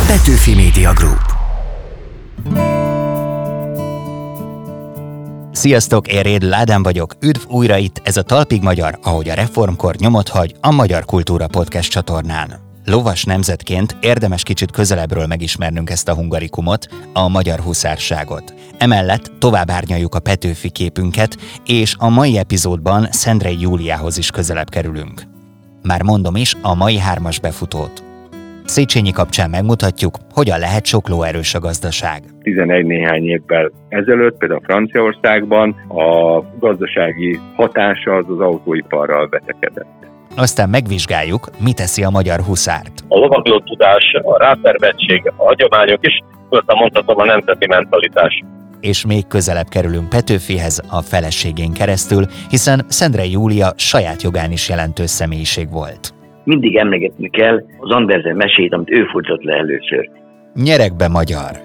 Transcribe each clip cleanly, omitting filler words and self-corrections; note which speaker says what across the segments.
Speaker 1: Petőfi Media Group. Sziasztok, én Rédl Ádám vagyok, üdv újra itt, ez a Talpig Magyar, ahogy a reformkor nyomot hagy a Magyar Kultúra Podcast csatornán. Lovas nemzetként érdemes kicsit közelebbről megismernünk ezt a hungarikumot, a magyar huszárságot. Emellett tovább árnyaljuk a Petőfi képünket, és a mai epizódban Szendrei Júliához is közelebb kerülünk. Már mondom is a mai 3-as befutót. Széchenyi kapcsán megmutatjuk, hogyan lehet sok lóerős a gazdaság.
Speaker 2: 11 néhány évvel ezelőtt, például Franciaországban a gazdasági hatása az autóiparral vetekedett.
Speaker 1: Aztán megvizsgáljuk, mi teszi a magyar huszárt.
Speaker 3: A lovagló tudás, a rátermettség, a hagyományok is, mondhatom, a nemzeti mentalitás.
Speaker 1: És még közelebb kerülünk Petőfihez a feleségén keresztül, hiszen Szendrei Júlia saját jogán is jelentős személyiség volt.
Speaker 4: Mindig emlegetni kell az Andersen mesét, amit ő fordított le először.
Speaker 1: Nyerekbe magyar!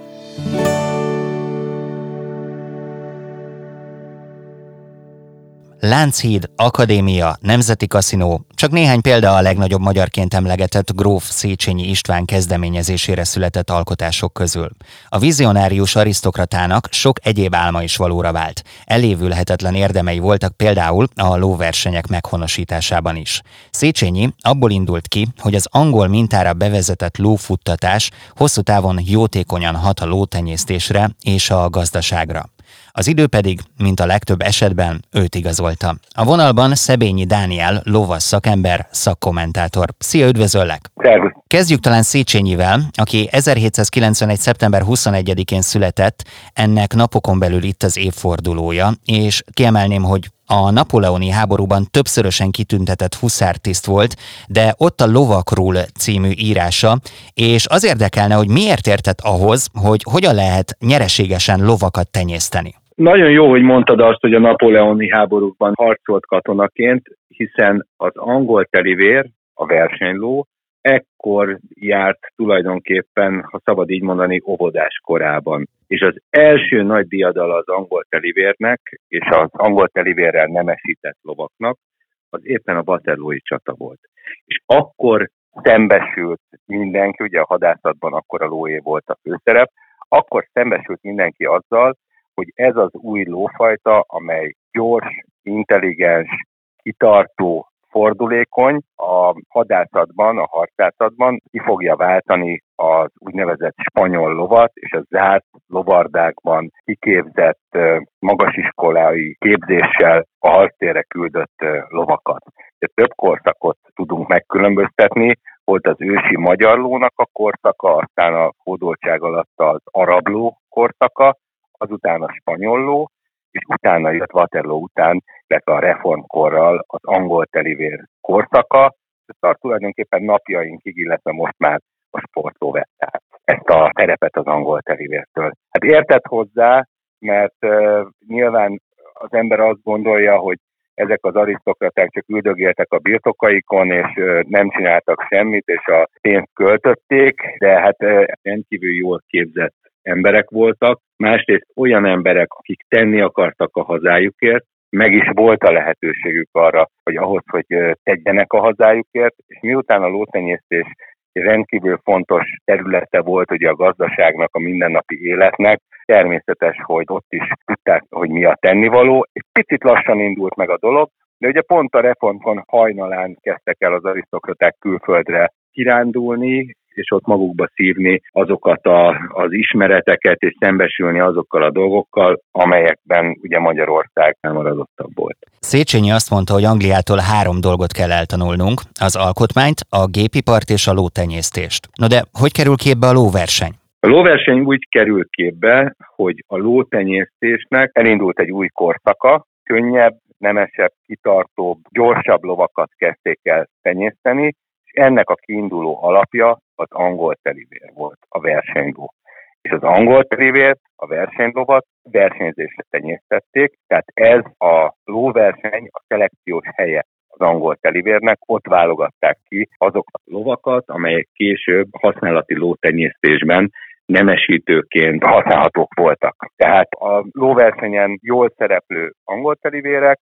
Speaker 1: Lánchíd, Akadémia, Nemzeti Kaszinó, csak néhány példa a legnagyobb magyarként emlegetett gróf Széchenyi István kezdeményezésére született alkotások közül. A vizionárius arisztokratának sok egyéb álma is valóra vált. Elévülhetetlen érdemei voltak például a lóversenyek meghonosításában is. Széchenyi abból indult ki, hogy az angol mintára bevezetett lófuttatás hosszú távon jótékonyan hat a lótenyésztésre és a gazdaságra. Az idő pedig, mint a legtöbb esetben, őt igazolta. A vonalban Szebényi Dániel, lovas szakember, szakkommentátor. Szia, üdvözöllek!
Speaker 2: Szervusz!
Speaker 1: Kezdjük talán Széchenyivel, aki 1791. szeptember 21-én született, ennek napokon belül itt az évfordulója, és kiemelném, hogy a napóleoni háborúban többszörösen kitüntetett huszártiszt volt, de ott a Lovakról című írása, és az érdekelne, hogy miért értett ahhoz, hogy hogyan lehet nyereségesen lovakat tenyészteni.
Speaker 2: Nagyon jó, hogy mondtad azt, hogy a napóleoni háborúkban harcolt katonaként, hiszen az angol telivér, a versenyló, ekkor járt tulajdonképpen, ha szabad így mondani, óvodás korában. És az első nagy diadala az angol telivérnek, és az angol telivérrel nemesített lovaknak, az éppen a Waterlooi csata volt. És akkor szembesült mindenki, ugye a hadászatban akkor a lóé volt a főszerep, akkor szembesült mindenki azzal, hogy ez az új lófajta, amely gyors, intelligens, kitartó, fordulékony, a hadászatban, a harcászatban ki fogja váltani az úgynevezett spanyol lovat, és a zárt lovardákban kiképzett magasiskolai képzéssel a harctérre küldött lovakat. De több korszakot tudunk megkülönböztetni, volt az ősi magyar lónak a korszaka, aztán a hódoltság alatt az arab ló korszaka, azután a spanyol ló, és utána jött Waterloo után, illetve a reformkorral az angol telivér korszaka, ez tulajdonképpen napjainkig, illetve most már a sportló vette át ezt a szerepet az angol telivértől. Hát értett hozzá, mert nyilván az ember azt gondolja, hogy ezek az arisztokraták csak üldögéltek a birtokaikon, és nem csináltak semmit, és a pénzt költötték, de hát rendkívül jól képzett emberek voltak, másrészt olyan emberek, akik tenni akartak a hazájukért, meg is volt a lehetőségük arra, hogy ahhoz, hogy tegyenek a hazájukért, és miután a lótenyésztés rendkívül fontos területe volt ugye a gazdaságnak, a mindennapi életnek, természetes, hogy ott is tudták, hogy mi a tennivaló. Egy picit lassan indult meg a dolog, de ugye pont a reformkor hajnalán kezdtek el az arisztokraták külföldre kirándulni, és ott magukba szívni azokat az ismereteket, és szembesülni azokkal a dolgokkal, amelyekben ugye Magyarország elmaradottabb volt.
Speaker 1: Széchenyi azt mondta, hogy Angliától 3 dolgot kell eltanulnunk, az alkotmányt, a gépipart és a lótenyésztést. No de hogy kerül képbe a lóverseny?
Speaker 2: A lóverseny úgy kerül képbe, hogy a lótenyésztésnek elindult egy új korszaka, könnyebb, nemesebb, kitartóbb, gyorsabb lovakat kezdték el tenyészteni, és ennek a kiinduló alapja az angol telivér volt, a versenyló. És az angol telivért, a versenylovat versenyzésre tenyésztették, tehát ez a lóverseny, a szelekciós helye az angol telivérnek, ott válogatták ki azokat a lovakat, amelyek később használati lótenyésztésben nemesítőként használhatók voltak. Tehát a lóversenyen jól szereplő angol telivérek,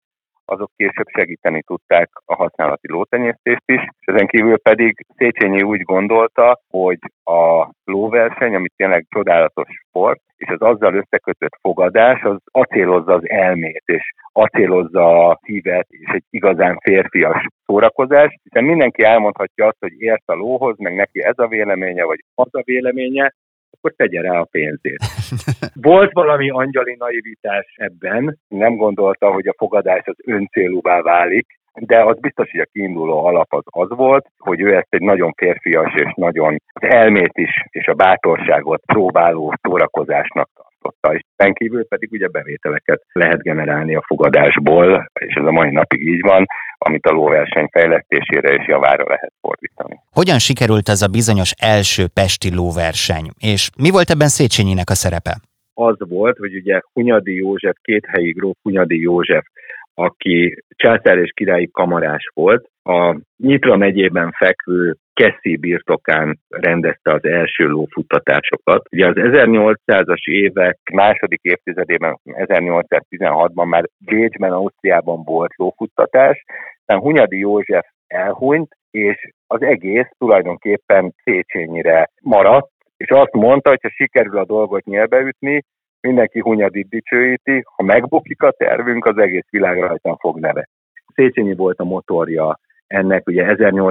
Speaker 2: azok később segíteni tudták a használati lótenyésztést is, és ezen kívül pedig Széchenyi úgy gondolta, hogy a lóverseny, ami tényleg csodálatos sport, és az azzal összekötött fogadás, az acélozza az elmét, és acélozza a szívet, és egy igazán férfias szórakozás, hiszen mindenki elmondhatja azt, hogy ért a lóhoz, meg neki ez a véleménye, vagy az a véleménye, akkor tegye rá a pénzét. Volt valami angyali naivitás ebben, nem gondolta, hogy a fogadás az öncélúvá válik, de az biztos, hogy a kiinduló alap az volt, hogy ő ezt egy nagyon férfias és nagyon az elmét is, és a bátorságot próbáló szórakozásnak tartotta. És ezen kívül pedig ugye bevételeket lehet generálni a fogadásból, és ez a mai napig így van, amit a lóverseny fejlesztésére és javára lehet fordítani.
Speaker 1: Hogyan sikerült ez a bizonyos első pesti lóverseny, és mi volt ebben Széchenyinek a szerepe?
Speaker 2: Az volt, hogy ugye Hunyadi József, kéthelyi gróf Hunyadi József, aki császár és királyi kamarás volt, a Nyitra megyében fekvő Kesszi birtokán rendezte az első lófuttatásokat. Ugye az 1800-as évek második évtizedében, 1816-ban már Bécsben, Ausztriában volt lófuttatás, aztán Hunyadi József elhunyt, és az egész tulajdonképpen Széchenyire maradt, és azt mondta, hogy ha sikerül a dolgot nyélbeütni, mindenki Hunyadit dicsőíti, ha megbukik a tervünk, az egész világ rajtam fog nevetni. Széchenyi volt a motorja ennek, ugye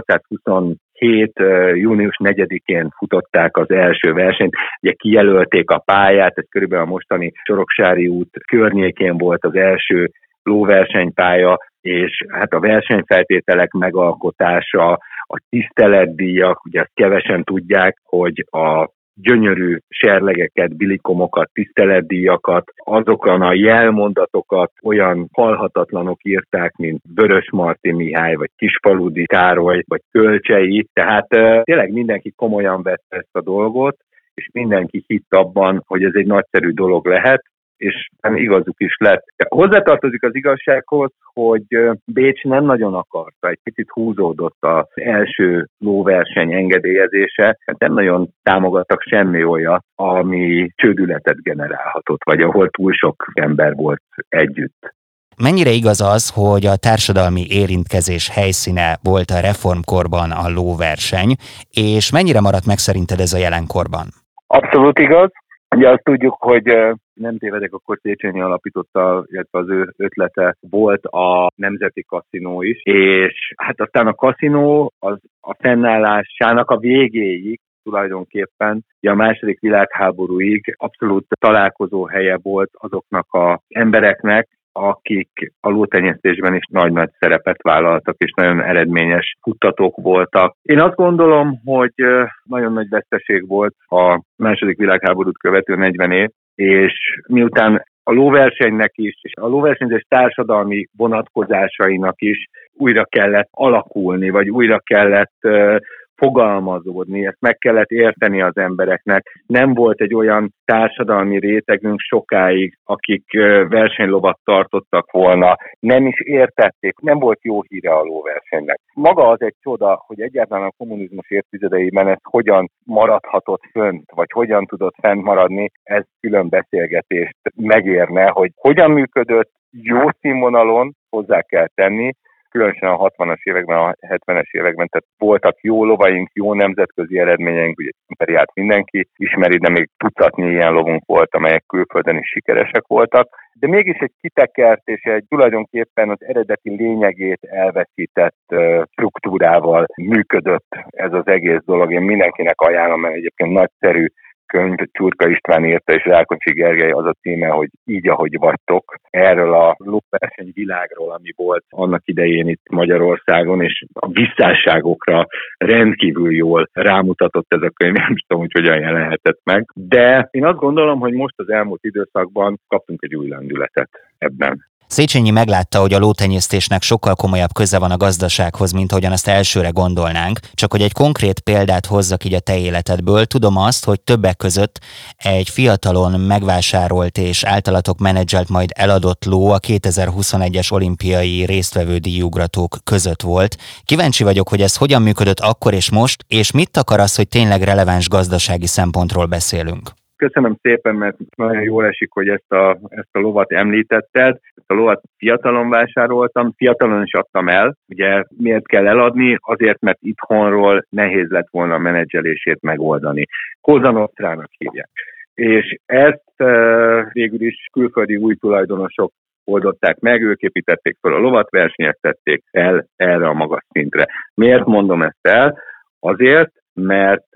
Speaker 2: 1827. június 4-én futották az első versenyt, ugye kijelölték a pályát, ez körülbelül a mostani Soroksári út környékén volt az első lóversenypálya, és hát a versenyfeltételek megalkotása, a tiszteletdíjak, ugye azt kevesen tudják, hogy a gyönyörű serlegeket, bilikomokat, tiszteletdíjakat, azokon a jelmondatokat olyan halhatatlanok írták, mint Vörösmarty Mihály, vagy Kisfaludy Károly, vagy Kölcsey. Tehát tényleg mindenki komolyan vette ezt a dolgot, és mindenki hitt abban, hogy ez egy nagyszerű dolog lehet, és igazuk is lett. Hozzátartozik az igazsághoz, hogy Bécs nem nagyon akarta, egy picit húzódott az első lóverseny engedélyezése, nem nagyon támogattak semmi olyat, ami csődületet generálhatott, vagy ahol túl sok ember volt együtt.
Speaker 1: Mennyire igaz az, hogy a társadalmi érintkezés helyszíne volt a reformkorban a lóverseny, és mennyire maradt meg szerinted ez a jelenkorban?
Speaker 2: Abszolút igaz. Ugye azt tudjuk, hogy nem tévedek, akkor Széchenyi alapította, illetve az ő ötlete volt a Nemzeti Kaszinó is, és hát aztán a kaszinó az a fennállásának a végéig tulajdonképpen, a második világháborúig abszolút találkozó helye volt azoknak az embereknek, akik a lótenyésztésben is nagy-nagy szerepet vállaltak, és nagyon eredményes futtatók voltak. Én azt gondolom, hogy nagyon nagy veszteség volt a második világháborút követő 40 év, és miután a lóversenynek is, és a lóversenyzés társadalmi vonatkozásainak is újra kellett alakulni, vagy újra kellett fogalmazódni, ezt meg kellett érteni az embereknek. Nem volt egy olyan társadalmi rétegünk sokáig, akik versenylovat tartottak volna, nem is értették, nem volt jó híre a lóversenynek. Maga az egy csoda, hogy egyáltalán a kommunizmus évtizedeiben ez hogyan maradhatott fönt, vagy hogyan tudott fent maradni, ez külön beszélgetést megérne, hogy hogyan működött jó színvonalon, hozzá kell tenni, különösen a 60-as években, a 70-es években, tehát voltak jó lovaink, jó nemzetközi eredményeink, ugye Imperiát mindenki ismeri, de még tucatnyi ilyen lovunk volt, amelyek külföldön is sikeresek voltak, de mégis egy kitekert és egy tulajdonképpen az eredeti lényegét elveszített struktúrával működött ez az egész dolog. Én mindenkinek ajánlom, mert egyébként nagyszerű könyv, Csurka István írta, és Rákóczi Gergely az a címe, hogy Így, ahogy vagytok, erről a lóverseny világról, ami volt annak idején itt Magyarországon, és a visszásságokra rendkívül jól rámutatott ez a könyv, nem tudom, hogy hogyan jelenhetett meg. De én azt gondolom, hogy most az elmúlt időszakban kaptunk egy új lendületet ebben.
Speaker 1: Széchenyi meglátta, hogy a lótenyésztésnek sokkal komolyabb köze van a gazdasághoz, mint ahogyan azt elsőre gondolnánk. Csak hogy egy konkrét példát hozzak így a te életedből, tudom azt, hogy többek között egy fiatalon megvásárolt és általatok menedzselt, majd eladott ló a 2021-es olimpiai résztvevő díjugratók között volt. Kíváncsi vagyok, hogy ez hogyan működött akkor és most, és mit akar az, hogy tényleg releváns gazdasági szempontról beszélünk?
Speaker 2: Köszönöm szépen, mert nagyon jól esik, hogy ezt a lovat említetted. Ezt a lovat fiatalon vásároltam, fiatalon is adtam el. Ugye miért kell eladni? Azért, mert itthonról nehéz lett volna a menedzselését megoldani. Cosa Nostrának hívják. És ezt végül is külföldi új tulajdonosok oldották meg, ők építették fel a lovat, versenyeztették el erre a magas szintre. Miért mondom ezt el? Azért, mert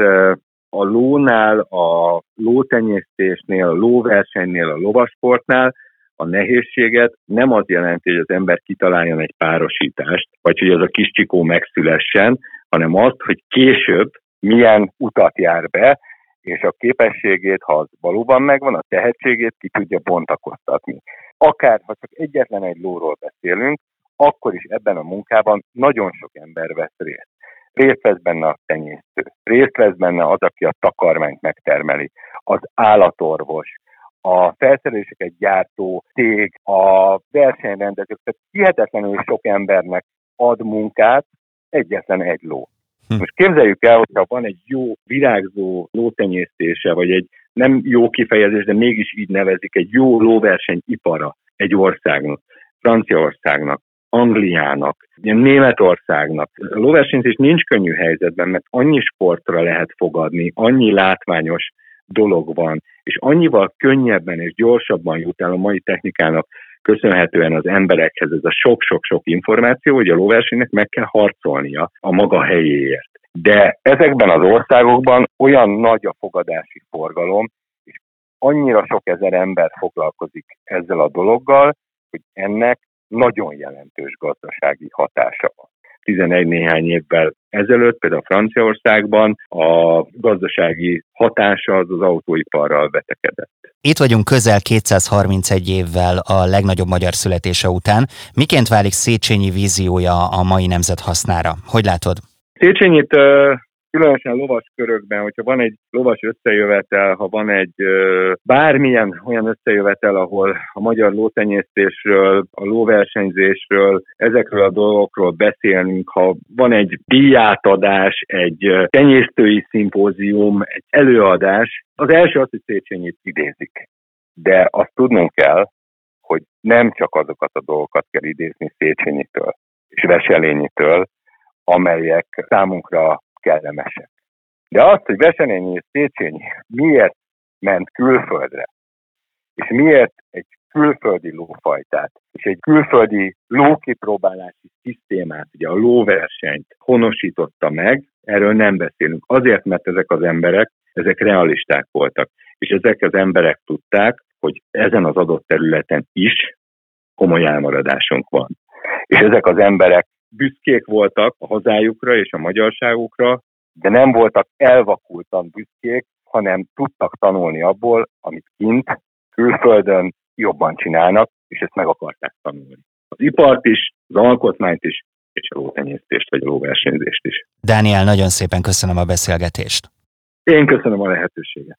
Speaker 2: a lónál, a lótenyésztésnél, a lóversenynél, a lovasportnál a nehézséget nem az jelenti, hogy az ember kitaláljon egy párosítást, vagy hogy az a kis csikó megszülessen, hanem azt, hogy később milyen utat jár be, és a képességét, ha az valóban megvan, a tehetségét ki tudja bontakoztatni. Akár, ha csak egyetlen egy lóról beszélünk, akkor is ebben a munkában nagyon sok ember vesz részt. Részt vesz benne a tenyésztő, részt vesz benne az, aki a takarmányt megtermeli, az állatorvos, a felszereléseket gyártó cég, a versenyrendezők, tehát hihetetlenül sok embernek ad munkát egyetlen egy ló. Most képzeljük el, hogyha van egy jó virágzó lótenyésztése, vagy egy nem jó kifejezés, de mégis így nevezik, egy jó lóversenyipara egy országnak, Franciaországnak, Angliának, Németországnak. A lóversenyzés nincs könnyű helyzetben, mert annyi sportra lehet fogadni, annyi látványos dolog van, és annyival könnyebben és gyorsabban jut el a mai technikának köszönhetően az emberekhez ez a sok-sok-sok információ, hogy a lóversenynek meg kell harcolnia a maga helyéért. De ezekben az országokban olyan nagy a fogadási forgalom, és annyira sok ezer ember foglalkozik ezzel a dologgal, hogy ennek nagyon jelentős gazdasági hatása van. 11 néhány évvel ezelőtt, például Franciaországban a gazdasági hatása az autóiparral vetekedett.
Speaker 1: Itt vagyunk közel 231 évvel a legnagyobb magyar születése után. Miként válik Széchenyi víziója a mai nemzet hasznára? Hogy látod?
Speaker 2: Széchenyit különösen lovas körökben, hogyha van egy lovas összejövetel, ha van egy bármilyen olyan összejövetel, ahol a magyar lótenyésztésről, a lóversenyzésről, ezekről a dolgokról beszélünk, ha van egy díjátadás, egy tenyésztői szimpózium, egy előadás, az első az, hogy Széchenyit idézik. De azt tudnunk kell, hogy nem csak azokat a dolgokat kell idézni Széchenyitől és Wesselényitől, amelyek számunkra kellemesek. De azt, hogy Wesselényi és Széchenyi miért ment külföldre, és miért egy külföldi lófajtát, és egy külföldi lókipróbálási szisztémát, ugye a lóversenyt honosította meg, erről nem beszélünk. Azért, mert ezek az emberek, ezek realisták voltak, és ezek az emberek tudták, hogy ezen az adott területen is komoly elmaradásunk van. És ezek az emberek büszkék voltak a hazájukra és a magyarságukra, de nem voltak elvakultan büszkék, hanem tudtak tanulni abból, amit kint, külföldön jobban csinálnak, és ezt meg akarták tanulni. Az ipart is, az alkotmányt is, és a lótenyésztést vagy a lóversenyzést is.
Speaker 1: Dániel, nagyon szépen köszönöm a beszélgetést.
Speaker 2: Én köszönöm a lehetőséget.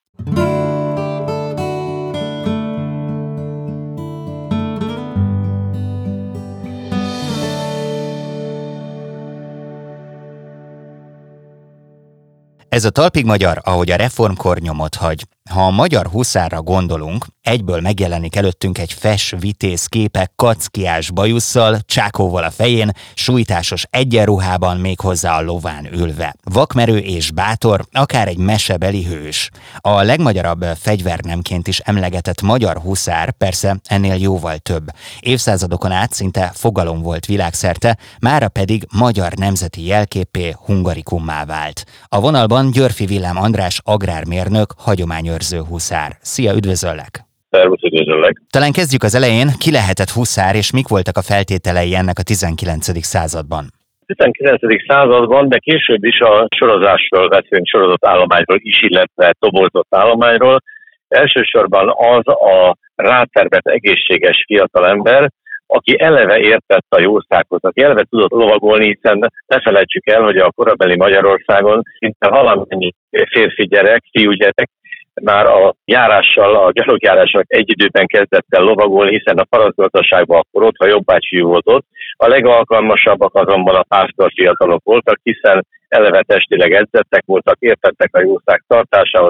Speaker 1: Ez a Talpig Magyar, ahogy a reformkor nyomot hagy. Ha a magyar huszárra gondolunk, egyből megjelenik előttünk egy fes vitéz képe kackiás bajusszal, csákóval a fején, sújtásos egyenruhában, méghozzá a lován ülve. Vakmerő és bátor, akár egy mesebeli hős. A legmagyarabb fegyvernemként is emlegetett magyar huszár persze ennél jóval több. Évszázadokon át szinte fogalom volt világszerte, mára pedig magyar nemzeti jelképé, hungarikummá vált. A vonalban Györfi Villám András agrármérnök, hagyományőrző huszár. Szia, üdvözöllek!
Speaker 3: Szervusz, üdvözöllek!
Speaker 1: Talán kezdjük az elején, ki lehetett huszár, és mik voltak a feltételei ennek a 19. században?
Speaker 3: 19. században, de később is a sorozásról beszélünk, sorozott állományról is, illetve toborzott állományról. Elsősorban az a rátermett egészséges fiatalember, aki eleve értett a jószághoz, aki eleve tudott lovagolni, hiszen ne felejtsük el, hogy a korabeli Magyarországon szinte valamennyi férfi gyerek, fiúgyerek már a járással, a gyalogjárással egy időben kezdett el lovagolni, hiszen a parasztgazdaságban akkor ott a jobbácsi volt ott. A legalkalmasabbak azonban a pásztor fiatalok voltak, hiszen eleve testileg edzettek voltak, értettek a jószág tartásához,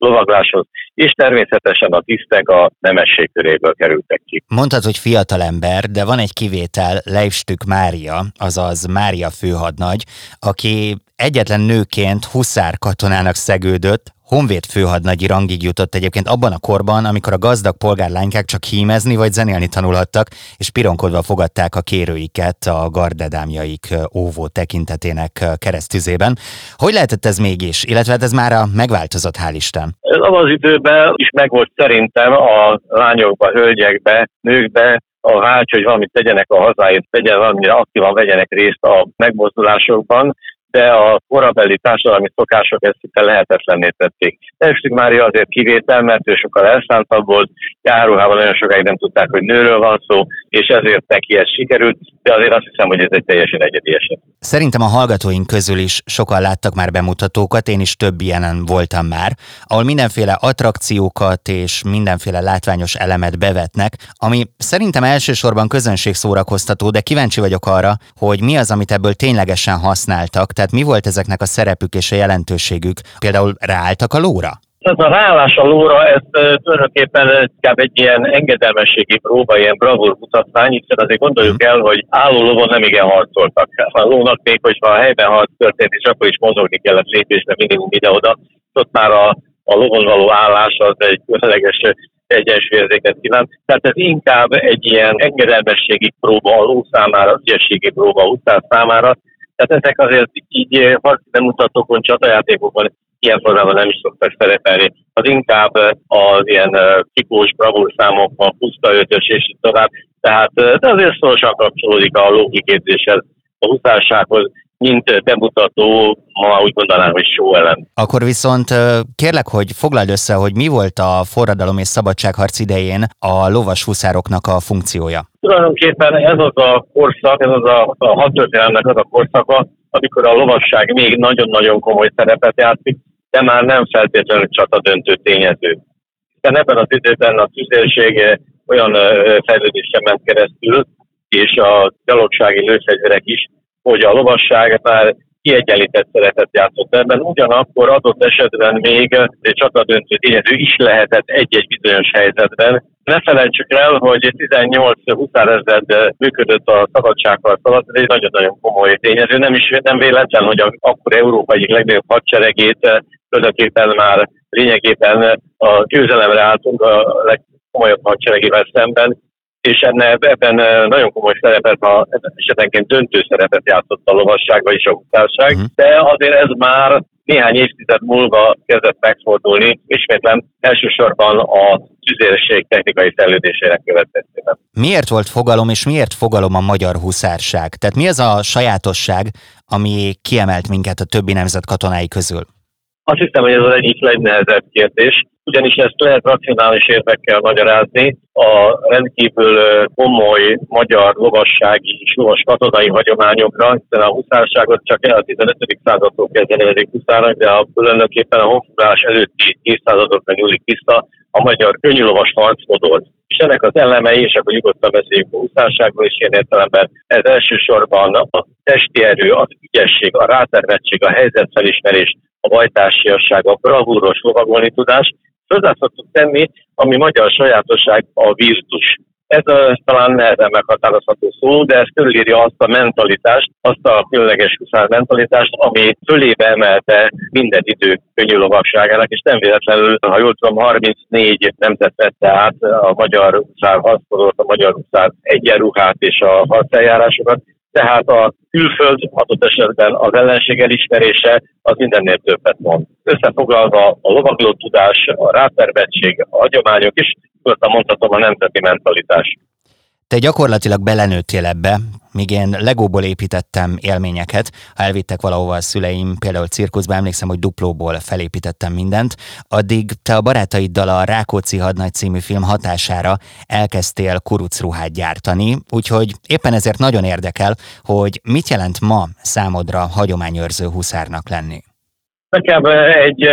Speaker 3: lovagláshoz, és természetesen a tisztek a nemesség köréből kerültek ki.
Speaker 1: Mondtad, hogy fiatalember, de van egy kivétel, Leifstück Mária, azaz Mária főhadnagy, aki egyetlen nőként huszár katonának szegődött, honvéd főhadnagyi rangig jutott egyébként abban a korban, amikor a gazdag polgárlánykák csak hímezni vagy zenélni tanulhattak, és pironkodva fogadták a kérőiket a gardedámjaik óvó tekintetének keresztüzében. Hogy lehetett ez mégis? Illetve ez már megváltozott, hál' Isten.
Speaker 3: Ez abban az időben is megvolt szerintem a lányokba, hölgyekbe, nőkbe a vágy, hogy valamit tegyenek a hazáért, valamire aktívan vegyenek részt a megmozdulásokban, de a korabeli társadalmi szokások ezt szinte lehetetlenné tették. Leifstück Mária azért kivétel, mert ő sokkal elszántabb volt, áruhában nagyon sokáig nem tudták, hogy nőről van szó, és ezért neki ez sikerült, de azért azt hiszem, hogy ez egy teljesen egyedi eset.
Speaker 1: Szerintem a hallgatóink közül is sokan láttak már bemutatókat, én is több ilyenen voltam már, ahol mindenféle attrakciókat és mindenféle látványos elemet bevetnek, ami szerintem elsősorban közönségszórakoztató, de kíváncsi vagyok arra, hogy mi az, amit ebből ténylegesen használtak, tehát mi volt ezeknek a szerepük és a jelentőségük? Például ráálltak a lóra?
Speaker 3: Ez a ráállás a lóra, ez tulajdonképpen inkább egy ilyen engedelmességi próba, ilyen bravúr mutatvány, hiszen azért gondoljuk el, hogy álló lovon nem igen harcoltak. A lónak még, hogyha a helyben harc történt, és akkor is mozogni kellett lépésben minimum ide-oda, ott már a lovon való állás az egy különleges egyensúlyérzéket kívánt. Tehát ez inkább egy ilyen engedelmességi próba a ló számára, ügyességi próba a huszár számára. Tehát ezek azért így harci bemutatókon, csatajátékokon ilyen formában nem is szoktak szerepelni. Az inkább az ilyen kikós bravúr számok, a puszta ötös és így tovább. Tehát de azért szorosan kapcsolódik a lókiképzéshez, a huszársághoz, mint bemutató, ma úgy mondanám, hogy show elem.
Speaker 1: Akkor viszont kérlek, hogy foglald össze, hogy mi volt a forradalom és szabadságharc idején a lovas huszároknak a funkciója.
Speaker 3: Tulajdonképpen ez az a korszak, ez az a hadtörténelemnek az a korszaka, amikor a lovasság még nagyon-nagyon komoly szerepet játszik, de már nem feltétlenül csatadöntő tényező. Hiszen ebben az időben a tüzérség olyan fejlődésen ment keresztül, és a gyalogsági lőfegyverek is, hogy a lovasság már kiegyenlített szerepet játszott ebben, ugyanakkor adott esetben még egy csatadöntő tényező is lehetett egy-egy bizonyos helyzetben. Ne felejtsük el, hogy 18 huszárezred működött a szabadságharc alatt, ez egy nagyon-nagyon komoly tényező. Nem véletlen, hogy akkor Európa egyik legnagyobb hadseregét tulajdonképpen már lényegében a győzelemre álltunk a legkomolyabb hadseregével szemben, és ebben nagyon komoly szerepet, esetenként döntő szerepet játszott a lovasság, vagyis a huszárság, de azért ez már néhány évtized múlva kezdett megfordulni, ismétlem elsősorban a tüzérség technikai fejlődésének következtében.
Speaker 1: Miért volt fogalom, és miért fogalom a magyar huszárság? Tehát mi az a sajátosság, ami kiemelt minket a többi nemzet katonái közül?
Speaker 3: Azt hiszem, hogy ez az egyik legnehezebb kérdés, ugyanis ezt lehet racionális érvekkel magyarázni. A rendkívül komoly magyar lovassági és lovas katonai hagyományokra, hiszen a huszárságot csak a 15. századtól kezdve nevezik huszárnak, de tulajdonképpen a honfoglalás előtti évszázadokra nyúlik vissza a magyar könnyűlovas harcmodor. És ennek az elemei, és akkor nyugodtan beszéljük a huszárságról is ilyen értelemben, ez elsősorban a testi erő, az ügyesség, a rátermettség, a helyzetfelismerés, a bajtársiasság, a bravúros lovagolni tudás. Hozzá szoktuk tenni, ami magyar sajátosság, a virtus. Ez talán nehezen meghatározható szó, de ez körülírja azt a mentalitást, azt a különleges huszár mentalitást, ami fölébe emelte minden idő könnyű lovagságának, és nem véletlenül, ha jól tudom, 34 nemzet vette át a magyar huszár harcmodort, a magyar huszár egyenruhát és a harceljárásokat. Tehát a külföld, adott esetben az ellenség elismerése, az mindennél többet mond. Összefoglalva a lovagló tudás, a rátermettség, a hagyományok is, nyugodtan mondhatom a nemzeti mentalitás.
Speaker 1: Te gyakorlatilag belenőttél ebbe, míg én legóból építettem élményeket, ha elvittek valahova a szüleim, például cirkuszba, emlékszem, hogy duplóból felépítettem mindent, addig te a barátaiddal a Rákóczi hadnagy című film hatására elkezdtél kurucruhát gyártani, úgyhogy éppen ezért nagyon érdekel, hogy mit jelent ma számodra hagyományőrző huszárnak lenni. Nekem
Speaker 3: egy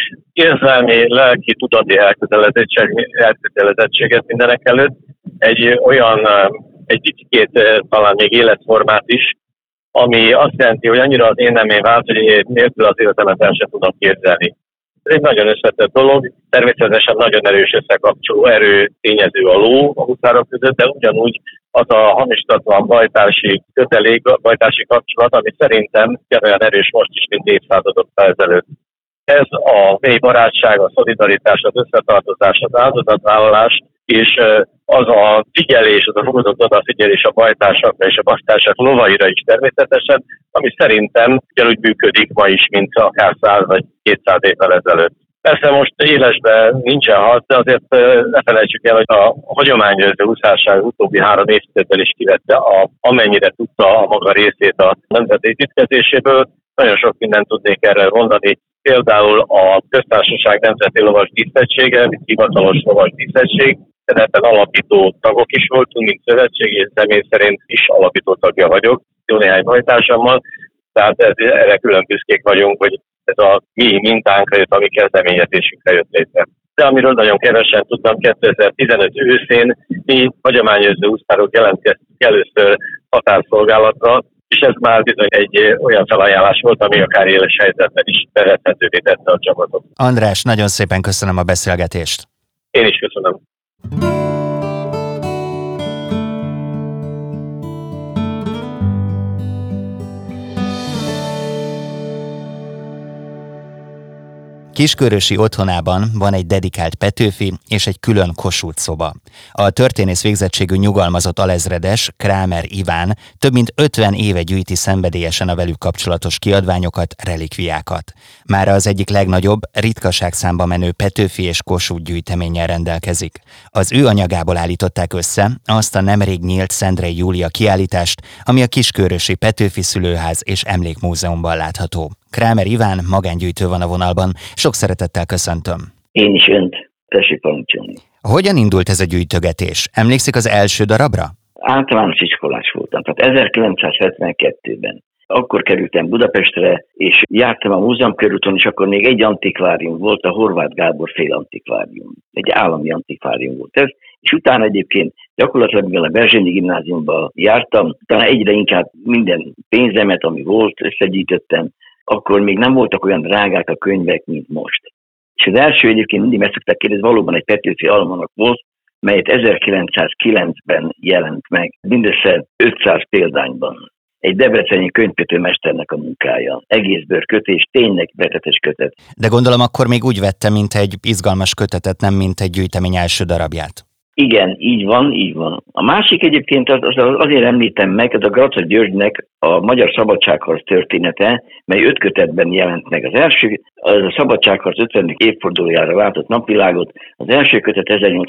Speaker 3: érzelmi, lelki, tudati elkötelezettséget mindenek előtt, egy picit talán még életformát is, ami azt jelenti, hogy annyira az én nemén vált, hogy nélkül az életemet el sem tudom képzelni. Ez egy nagyon összetett dolog, természetesen nagyon erős összekapcsoló erő tényező a ló a huszárok között, de ugyanúgy az a hamisítatlan bajtársi kötelék, bajtársi kapcsolat, ami szerintem olyan erős most is, mint évszázadokkal ezelőtt. Ez a mély barátság, a szolidaritás, az összetartozás, az áldozatvállalás, és az a figyelés, az a fokozott odafigyelés a bajtársakra és a bajtársak lovaira is természetesen, ami szerintem ugyanúgy működik ma is, mint akár 100 vagy 200 évvel ezelőtt. Persze most élesben nincsen harc, de azért ne felejtsük el, hogy a hagyományőrző huszárság utóbbi 3 évtizedben is kivette amennyire tudta a maga részét a nemzet építkezéséből. Nagyon sok mindent tudnék erre mondani. Például a Köztársaság Nemzeti Lovas Díszegysége, mint hivatalos lovas díszegység, de ebben alapító tagok is voltunk, mint szövetség, és személy szerint is alapító tagja vagyok, jó néhány bajtársammal, tehát erre külön büszkék vagyunk, hogy ez a mi mintánkra jött, a mi kezdeményezésünkre jött létre. De amiről nagyon kevesen tudtam, 2015 őszén mi hagyományőrző huszárok jelentkeztünk először határszolgálatra, és ez már bizony egy olyan felajánlás volt, ami akár éles helyzetben is bevethetővé tette a csapatot.
Speaker 1: András, nagyon szépen köszönöm a beszélgetést.
Speaker 3: Én is köszönöm.
Speaker 1: Kiskörösi otthonában van egy dedikált Petőfi és egy külön Kossuth szoba. A történész végzettségű nyugalmazott alezredes, Krámer Iván több mint 50 éve gyűjti szenvedélyesen a velük kapcsolatos kiadványokat, relikviákat. Mára az egyik legnagyobb, ritkaságszámba menő Petőfi és Kossuth gyűjteménnyel rendelkezik. Az ő anyagából állították össze azt a nemrég nyílt Szendrei Júlia kiállítást, ami a Kiskörösi Petőfi Szülőház és Emlékmúzeumban látható. Krámer Iván, magángyűjtő van a vonalban. Sok szeretettel köszöntöm.
Speaker 4: Én is önt, tessék parancsolni.
Speaker 1: Hogyan indult ez a gyűjtögetés? Emlékszik az első darabra?
Speaker 4: Általános iskolás voltam, tehát 1972-ben. Akkor kerültem Budapestre, és jártam a múzeumkörúton, és akkor még egy antikvárium volt, a Horváth Gábor fél antikvárium. Egy állami antikvárium volt ez, és utána egyébként gyakorlatilag, mivel a Berzsenyi gimnáziumban jártam, utána egyre inkább minden pénzemet, ami volt, összegyűjtöttem, akkor még nem voltak olyan drágák a könyvek, mint most. És az első egyébként mindig meg szokták kérdezni, valóban egy Petőfi almanak volt, melyet 1909-ben jelent meg, mindössze 500 példányban. Egy debreceni könyvkötőmesternek a munkája. Egész bőrkötés, tényleg vetetes kötet.
Speaker 1: De gondolom akkor még úgy vette, mint egy izgalmas kötetet, nem mint egy gyűjtemény első darabját.
Speaker 4: Igen, így van, így van. A másik egyébként azért említem meg, ez a Graca Györgynek a Magyar Szabadságharc története, mely 5 kötetben jelent meg. Az első, az a Szabadságharc 50. évfordulójára látott napvilágot, az első kötet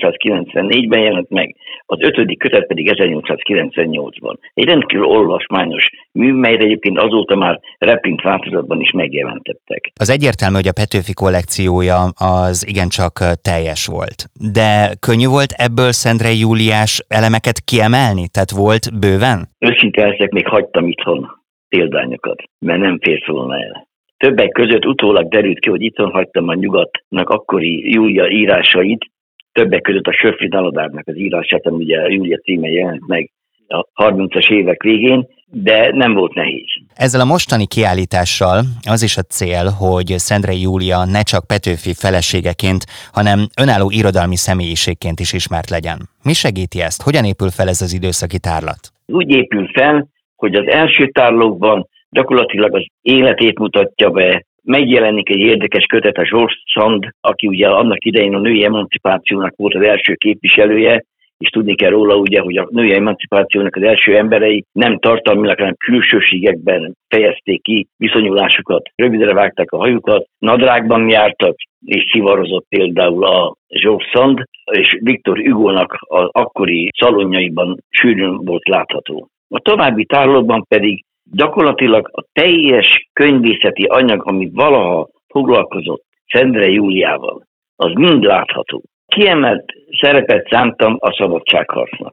Speaker 4: 1894-ben jelent meg, az 5. kötet pedig 1898-ban. Egy rendkívül olvasmányos mű, melyre egyébként azóta már reprint változatban is megjelentettek.
Speaker 1: Az egyértelmű, hogy a Petőfi kollekciója az igencsak teljes volt. De könnyű volt ebből Szendrei Júliás elemeket kiemelni? Tehát volt bőven?
Speaker 4: Őszinte leszek, még hagytam itthon példányokat, mert nem fért volna el. Többek között utólag derült ki, hogy itthon hagytam a Nyugatnak akkori Júlia írásait, többek között a Söfri Daladárnak az írását, ami ugye a Júlia címe jelent meg a 30-as évek végén, de nem volt nehéz.
Speaker 1: Ezzel a mostani kiállítással az is a cél, hogy Szendrei Júlia ne csak Petőfi feleségeként, hanem önálló irodalmi személyiségként is ismert legyen. Mi segíti ezt? Hogyan épül fel ez az időszaki tárlat?
Speaker 4: Úgy épül fel, hogy az első tárlókban gyakorlatilag az életét mutatja be, megjelenik egy érdekes kötet, a George Sand, aki ugye annak idején a női emancipációnak volt az első képviselője, és tudni kell róla ugye, hogy a női emancipációnak az első emberei nem tartalmilag, hanem külsőségekben fejezték ki viszonyulásukat. Rövidre vágták a hajukat, nadrágban jártak, és szivarozott például a George Sand, és Victor Hugo-nak az akkori szalonjaiban sűrűn volt látható. A további tárolókban pedig gyakorlatilag a teljes könyvészeti anyag, amit valaha foglalkozott Szendrei Júliával, az mind látható. Kiemelt szerepet szántam a szabadságharcnak,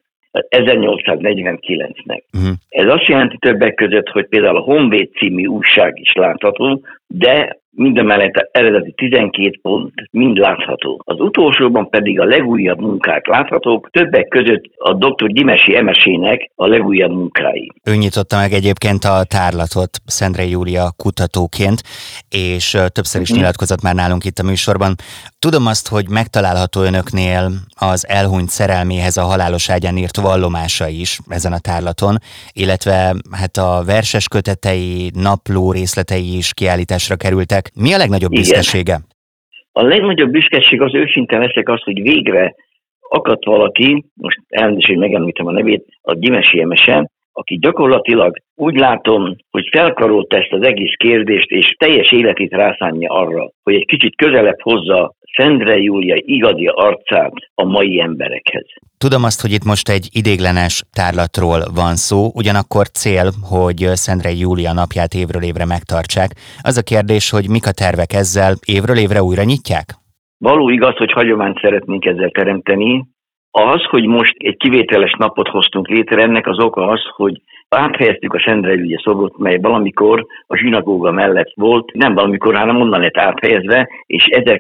Speaker 4: 1849-nek. Ez azt jelenti többek között, hogy például a Honvéd című újság is látható, de mindemellett eredeti 12 pont mind látható. Az utolsóban pedig a legújabb munkák láthatók, többek között a dr. Gyimesi Emesének a legújabb munkái.
Speaker 1: Ő nyitotta meg egyébként a tárlatot Szendrei Júlia kutatóként, és többször is nyilatkozott már nálunk itt a műsorban. Tudom azt, hogy megtalálható önöknél az elhunyt szerelméhez a halálos ágyán írt vallomása is ezen a tárlaton, illetve hát a verses kötetei, napló részletei is kiállításra kerültek. Mi a legnagyobb büszkesége?
Speaker 4: A legnagyobb büszkeség, az őszintén leszek, az, hogy végre akadt valaki, most elnézést, hogy megemlítem a nevét, a Gyimesi Emese, aki gyakorlatilag úgy látom, hogy felkarolta ezt az egész kérdést, és teljes életét rászánja arra, hogy egy kicsit közelebb hozza Szendrei Júlia igazi arcát a mai emberekhez.
Speaker 1: Tudom azt, hogy itt most egy ideiglenes tárlatról van szó, ugyanakkor cél, hogy Szendrei Júlia napját évről évre megtartsák. Az a kérdés, hogy mik a tervek ezzel, évről évre újra nyitják?
Speaker 4: Való igaz, hogy hagyományt szeretnénk ezzel teremteni. Az, hogy most egy kivételes napot hoztunk létre, ennek az oka az, hogy áthelyeztük a Szendrei Júlia szobrot, mely valamikor a zsinagóga mellett volt, nem valamikor, hanem onnan lett áthelyezve, és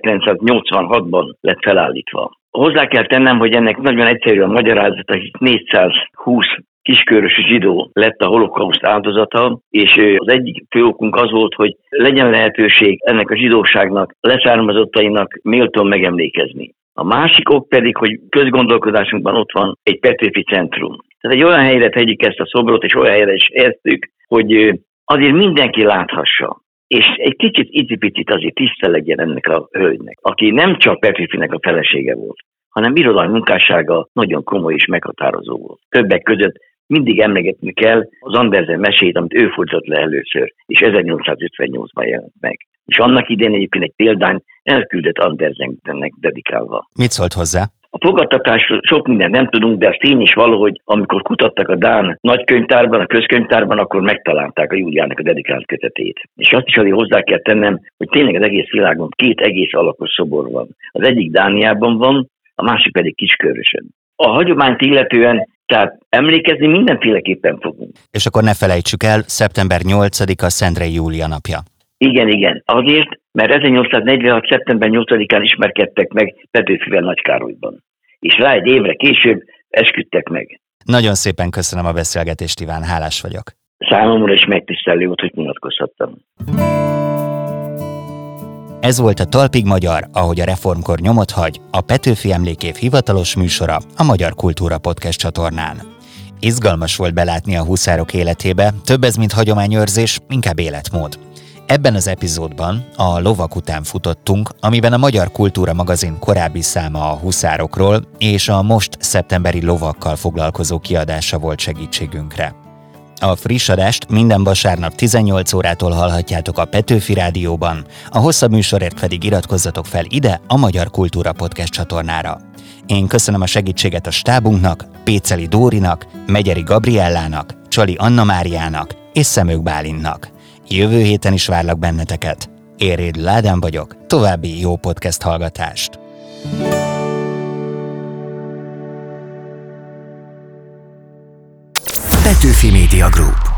Speaker 4: 1986-ban lett felállítva. Hozzá kell tennem, hogy ennek nagyon egyszerű a magyarázata, hogy 420 kiskörös zsidó lett a holokauszt áldozata, és az egyik fő okunk az volt, hogy legyen lehetőség ennek a zsidóságnak, leszármazottainak méltón megemlékezni. A másik ok pedig, hogy közgondolkodásunkban ott van egy Petőfi Centrum. Tehát egy olyan helyre tegyük ezt a szobrot, és olyan helyre is helyeztük, hogy azért mindenki láthassa. És egy kicsit icipicit azért tiszta legyen ennek a hölgynek, aki nem csak Petőfinek a felesége volt, hanem irodalmi munkássága nagyon komoly és meghatározó volt. Többek között mindig emlegetni kell az Andersen mesét, amit ő fordított le először, és 1858-ban jelent meg. És annak idején egyébként egy példány elküldött Andersennek dedikálva.
Speaker 1: Mit szólt hozzá?
Speaker 4: A fogadtatásról sok mindent nem tudunk, de az tény is valahogy, amikor kutattak a dán nagykönyvtárban, a közkönyvtárban, akkor megtalálták a Júliának a dedikált kötetét. És azt is azért hozzá kell tennem, hogy tényleg az egész világon 2 egész alakos szobor van. Az egyik Dániában van, a másik pedig Kiskörösön. A hagyományt illetően, tehát emlékezni mindenféleképpen fogunk.
Speaker 1: És akkor ne felejtsük el, szeptember 8-a Szendrei Júlia napja.
Speaker 4: Igen. Azért, mert 1846. szeptember 8-án ismerkedtek meg Petőfivel Nagykárolyban. És rá egy évre később esküdtek meg.
Speaker 1: Nagyon szépen köszönöm a beszélgetést, Iván, hálás vagyok.
Speaker 4: Számomra is megtisztelő volt, hogy nyilatkozhattam.
Speaker 1: Ez volt a Talpig Magyar, ahogy a reformkor nyomot hagy, a Petőfi Emlékév hivatalos műsora a Magyar Kultúra Podcast csatornán. Izgalmas volt belátni a huszárok életébe, több ez, mint hagyományőrzés, inkább életmód. Ebben az epizódban a lovak után futottunk, amiben a Magyar Kultúra magazin korábbi száma a huszárokról és a most szeptemberi lovakkal foglalkozó kiadása volt segítségünkre. A friss adást minden vasárnap 18 órától hallhatjátok a Petőfi Rádióban, a hosszabb műsorért pedig iratkozzatok fel ide a Magyar Kultúra Podcast csatornára. Én köszönöm a segítséget a stábunknak, Péceli Dórinak, Megyeri Gabriellának, Csali Anna Máriának és Szemők Bálintnak. Jövő héten is várlak benneteket. Én Rédl Ádám vagyok, további jó podcast hallgatást!
Speaker 5: Petőfi Media Group.